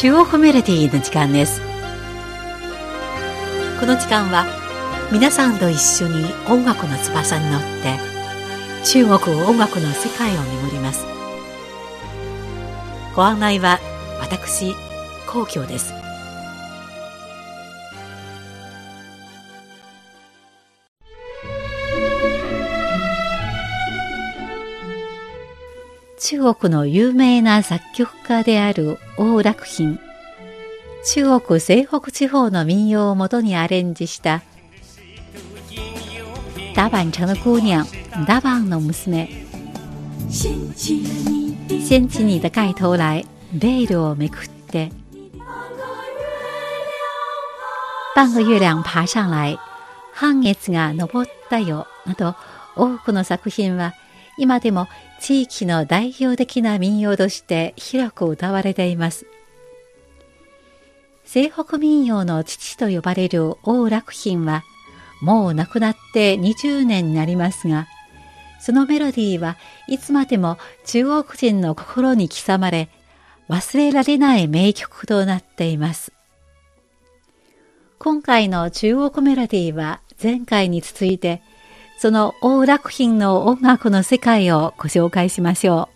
中国メロディーの時間です。この時間は皆さんと一緒に音楽の翼に乗って中国音楽の世界を巡ります。ご案内は私、皇居です。中国の有名な作曲家である王楽賓、中国西北地方の民謡をもとにアレンジした大阪城的姑娘、大阪の娘。掀起你的蓋頭來、ベールをめくって、半個月亮爬上來、半月が昇ったよなど、多くの作品は今でも地域の代表的な民謡として広く歌われています。西北民謡の父と呼ばれる王楽賓はもう亡くなって20年になりますが、そのメロディーはいつまでも中国人の心に刻まれ、忘れられない名曲となっています。今回の中国メロディーは前回に続いて、その王楽賓の音楽の世界をご紹介しましょ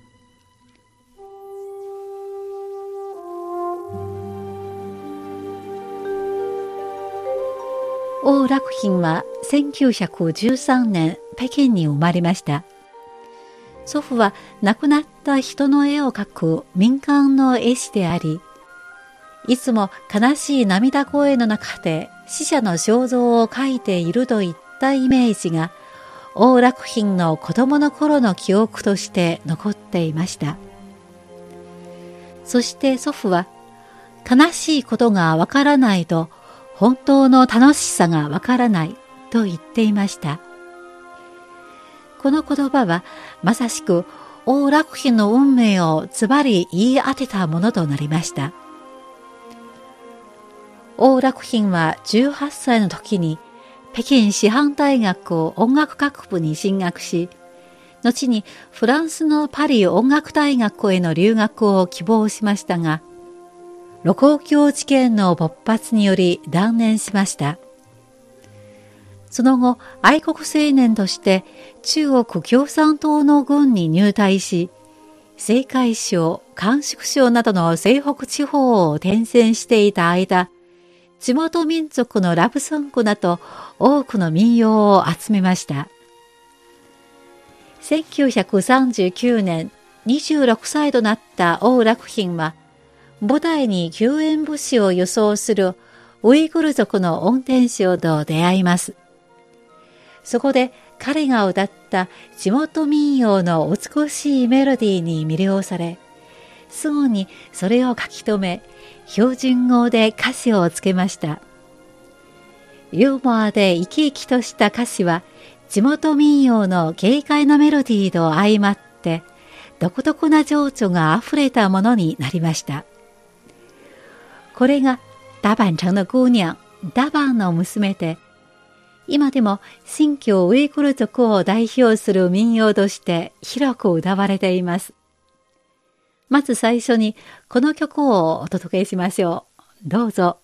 う。王楽賓は1913年北京に生まれました。祖父は亡くなった人の絵を描く民間の絵師であり、いつも悲しい涙声の中で死者の肖像を描いているといったイメージが王楽賓の子供の頃の記憶として残っていました。そして祖父は、悲しいことがわからないと本当の楽しさがわからないと言っていました。この言葉はまさしく王楽賓の運命をズバリ言い当てたものとなりました。王楽賓は18歳の時に北京師範大学音楽学部に進学し、後にフランスのパリ音楽大学への留学を希望しましたが、盧溝橋事件の勃発により断念しました。その後、愛国青年として中国共産党の軍に入隊し、青海省、甘粛省などの西北地方を転戦していた間、地元民族のラブソングなど多くの民謡を集めました。1939年、26歳となった王楽賓は、舞台に救援物資を輸送するウイグル族の運転手と出会います。そこで彼が歌った地元民謡の美しいメロディーに魅了され、すぐにそれを書き留め、標準語で歌詞をつけました。ユーモアで生き生きとした歌詞は、地元民謡の軽快なメロディーと相まって、独特な情緒があふれたものになりました。これが大阪城的姑娘、大阪の娘で、今でも新疆ウイグル族を代表する民謡として広く歌われています。まず最初にこの曲をお届けしましょう。どうぞ。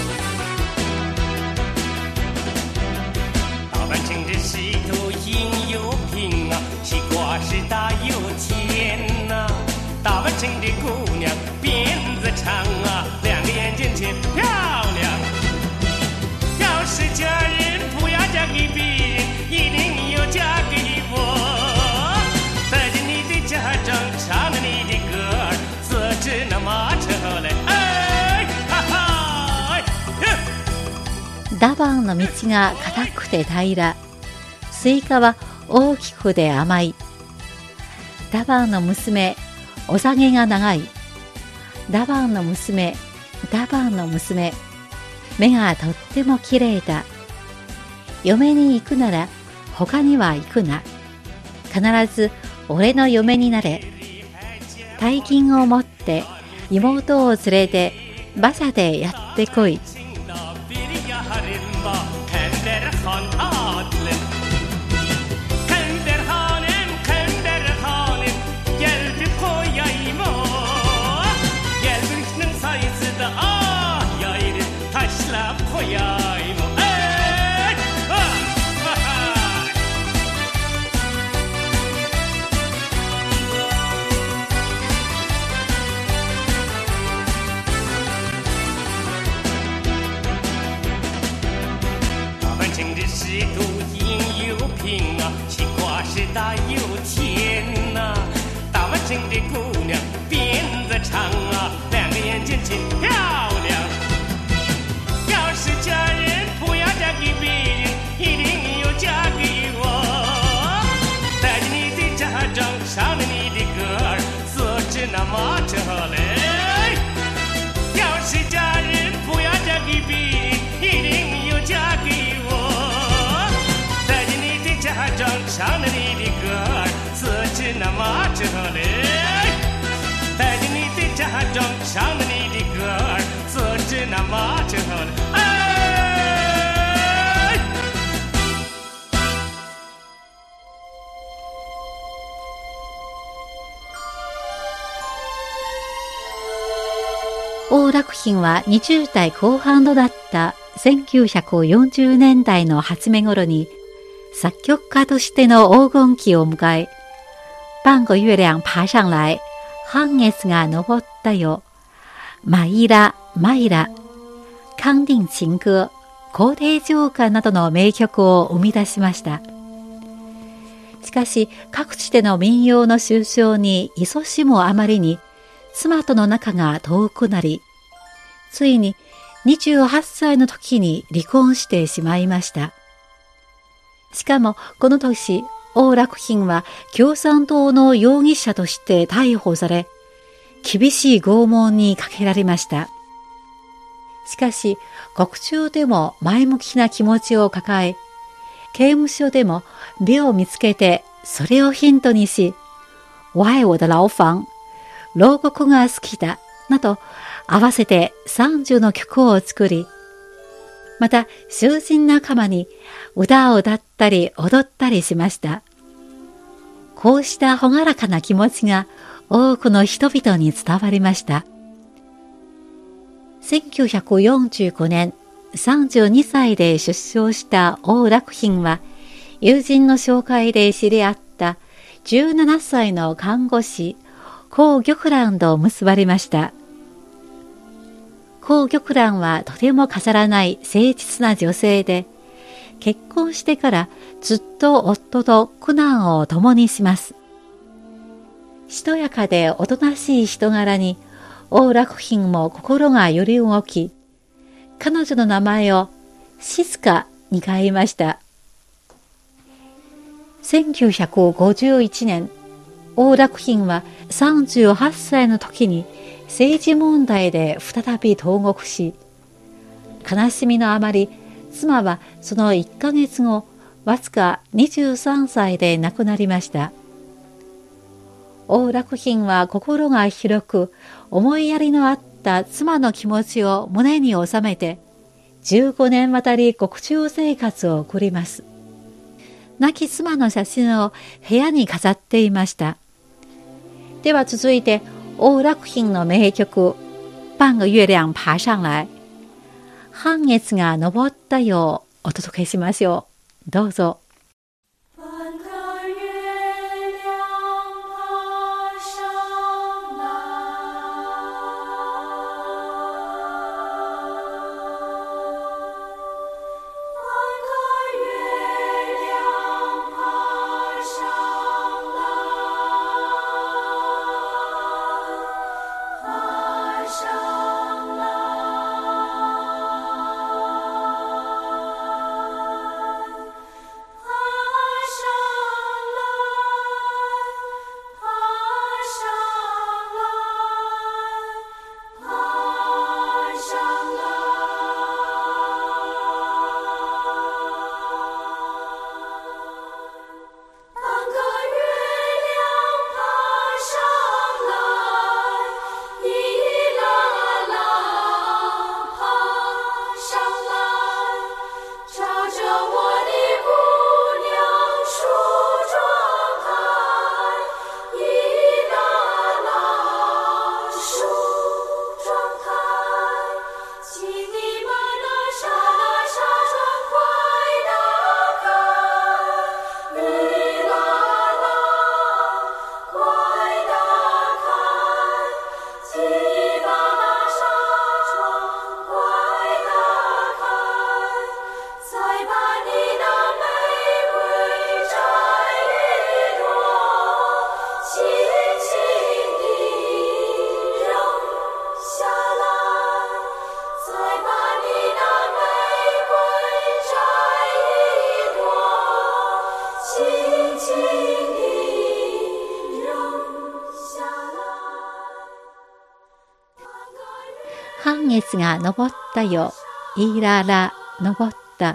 西头应有姑娘辫子长啊，两个眼睛挺漂亮。要是嫁人不要嫁给别人，一定要嫁给我。带着你的嫁妆，唱着你的歌儿，坐着那马车来，哎哈哈！ ダバンの道が硬くて平ら、スイカは大きくて甘い。ダバンの娘、おさげが長い。ダバンの娘、ダバンの娘、目がとってもきれいだ。嫁に行くなら他には行くな。必ず俺の嫁になれ。大金を持って妹を連れて馬車でやってこい。 是独饮又平啊，西瓜是大又甜呐。大碗城的姑娘辫子长啊，两个眼睛挺漂亮。要是嫁人不要嫁给别人，一定要嫁给我。带着你的嫁妆，唱着你的歌儿，坐着那马车来。要是嫁人不要嫁给别人，一定要嫁给我。唱着你的歌儿，坐着那马车来，带着你的嫁妆，唱着你的歌儿，坐着那马车来。 王楽賓は20代後半となった1940年代の初め頃に作曲家としての黄金期を迎え、半個月亮爬上来、半月が昇ったよ、マイラ、マイラ、康定情歌、皇帝城歌などの名曲を生み出しました。しかし、各地での民謡の収唱に勤しむあまりに、妻との仲が遠くなり、ついに28歳の時に離婚してしまいました。しかもこの年、王楽賓は共産党の容疑者として逮捕され、厳しい拷問にかけられました。しかし、獄中でも前向きな気持ちを抱え、刑務所でも美を見つけて、それをヒントにし、我愛我的牢房、牢獄が好きだ、など、合わせて30の曲を作り、また囚人仲間に歌を歌ったり踊ったりしました。こうした朗らかな気持ちが多くの人々に伝わりました。1945年、32歳で出生した王楽賓は、友人の紹介で知り合った17歳の看護師、孔玉蘭と結ばれました。孔玉蘭はとても飾らない誠実な女性で、結婚してからずっと夫と苦難を共にします。しとやかでおとなしい人柄に、王楽賓も心が揺り動き、彼女の名前を静かに変えました。1951年、王楽賓は38歳の時に政治問題で再び投獄し、悲しみのあまり、妻はその1ヶ月後、わずか23歳で亡くなりました。王楽賓は心が広く、思いやりのあった妻の気持ちを胸に収めて、15年渡り獄中生活を送ります。亡き妻の写真を部屋に飾っていました。では続いて、王楽賓の名曲、半個月亮爬上来、半月が昇ったよをお届けしましょう。どうぞ。 半个月亮爬上来， 月が昇ったよ、いらら、昇った。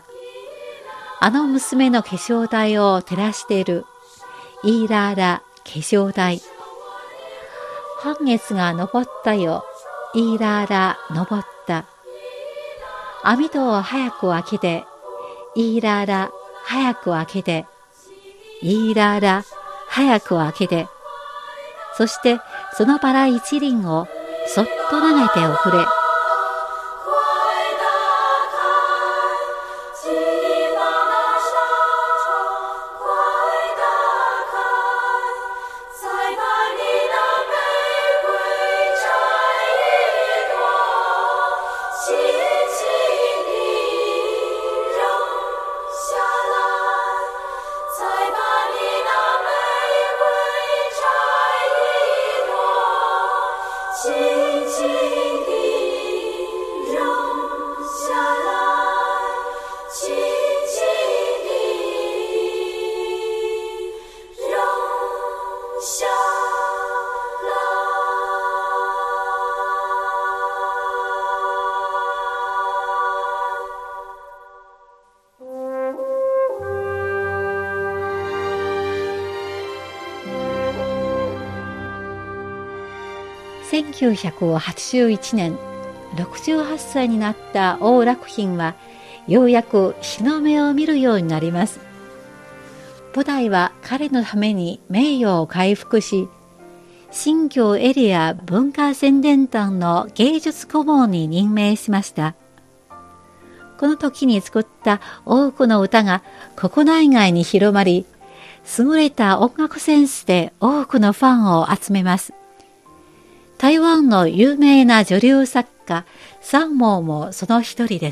あの娘の化粧台を照らしている、いらら、化粧台。半月が昇ったよ、いらら、昇った。網戸を早く開けて、いらら、早く開けて、いらら、早く開けて。そして、そのバラ一輪をそっと投げておくれ。1981年、68歳になった王楽賓は、ようやく日の目を見るようになります。菩提は彼のために名誉を回復し、新疆エリア文化宣伝団の芸術顧問に任命しました。この時に作った多くの歌が国内外に広まり、優れた音楽センスで多くのファンを集めます。台湾の有名な女流作家、三毛もその一人です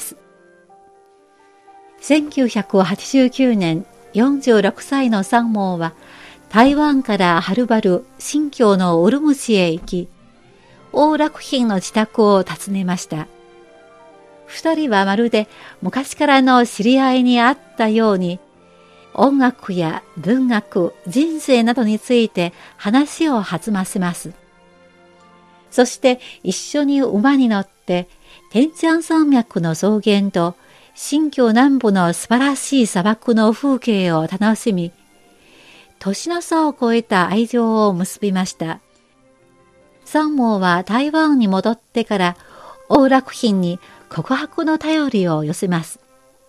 。1989年、46歳の三毛は、台湾からはるばる新疆のウルムチへ行き、王楽賓の自宅を訪ねました。二人はまるで昔からの知り合いにあったように、音楽や文学、人生などについて話を弾ませます。そして一緒に馬に乗って天江山脈の草原と新疆南部の素晴らしい砂漠の風景を楽しみ、年の差を超えた愛情を結びました。三毛は台湾に戻ってから王楽賓に告白の便りを寄せます。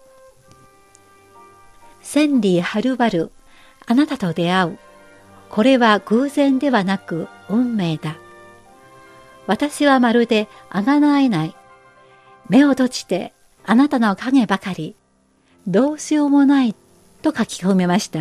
千里はるばる、あなたと出会う。これは偶然ではなく運命だ。私はまるで贖えない。目を閉じてあなたの影ばかり。どうしようもないと書き込みました。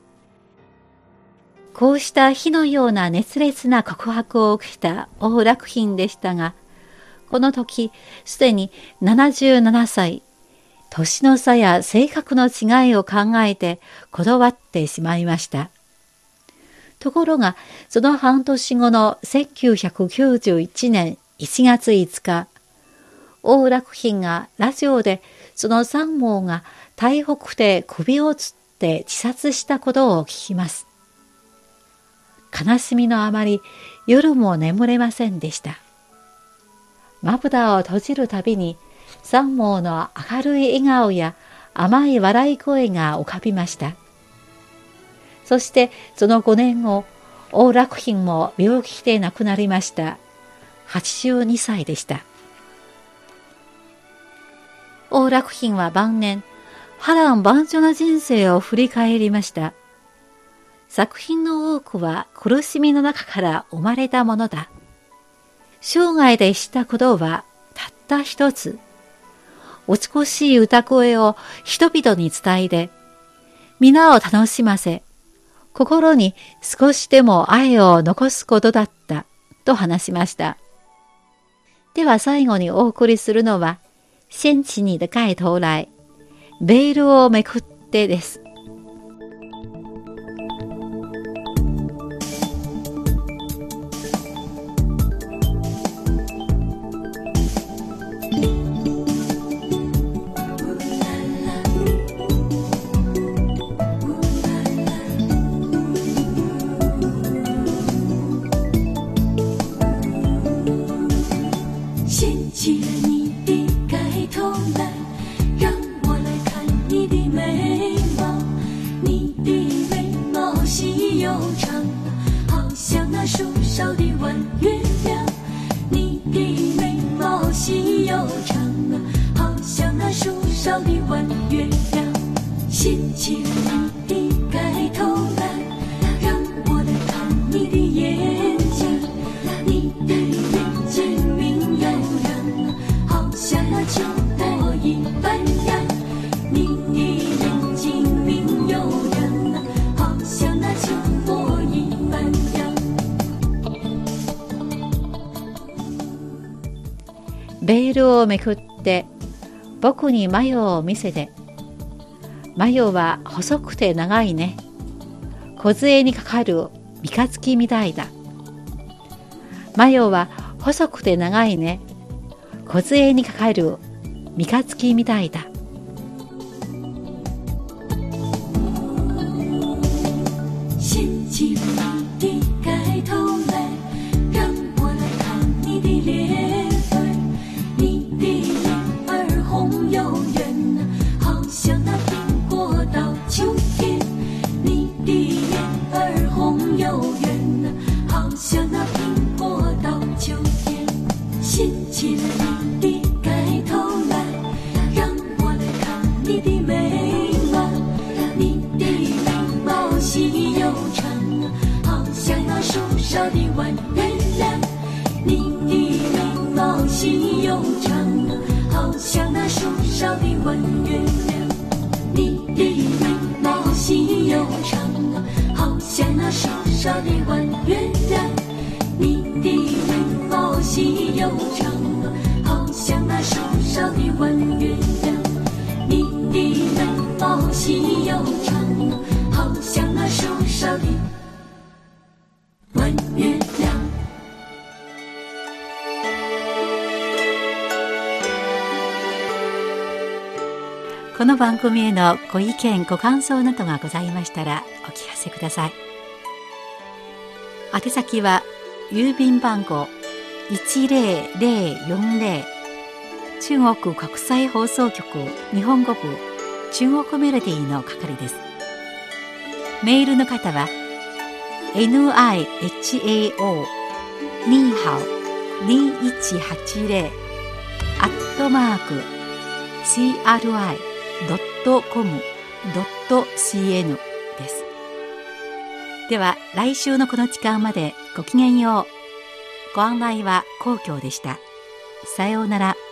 こうした火のような熱烈な告白を受けた王楽賓でしたが、この時すでに77歳、年の差や性格の違いを考えてこだわってしまいました。ところが、その半年後の1991年1月5日、王楽賓がラジオでその三毛が台北で首をつって自殺したことを聞きます。悲しみのあまり夜も眠れませんでした。まぶたを閉じるたびに三毛の明るい笑顔や甘い笑い声が浮かびました。そしてその5年後、王楽賓も病気で亡くなりました。82歳でした。王楽賓は晩年、波乱万丈な人生を振り返りました。作品の多くは苦しみの中から生まれたものだ。生涯でしたことはたった一つ。美しい歌声を人々に伝えて、皆を楽しませ、心に少しでも愛を残すことだったと話しました。では最後にお送りするのは、掀起你的蓋頭来、ベールをめくってです。 掀起了你烧的弯月亮，掀起了你的盖头来，让我来看你的眼睛，你的眼睛明亮亮，好像那秋波一般亮，你的眼睛明又亮，好像那秋波一般亮。 ベールをめくって僕にマヨを見せて。マヨは細くて長いね。梢にかかる三日月みたいだ。マヨは細くて長いね。梢にかかる三日月みたいだ。 掀起了你的盖头来，让我来看你的脸儿，你的脸儿红又圆，好像那苹果到秋天，你的脸儿红又圆，好像那苹果到秋天。掀起了你的盖头来，让我来看你的眉毛，你的眉毛细又长，好像那树梢的弯月亮，你的眉毛细又长，好像那树梢的弯月亮，你的眉毛细又长，好像那树梢的弯月亮，你的眉毛细又长，好像那树梢的弯月亮，你的眉毛细又长，好像那树梢的弯月亮。 この番組へのご意見ご感想などがございましたらお聞かせください。宛先は郵便番号 10040 中国国際放送局日本語部中国メロディーの係です。メールの方は nihao ニーハオ2180 @cri.com.cn です。では来週のこの時間までごきげんよう。ご案内は皇居でした。さようなら。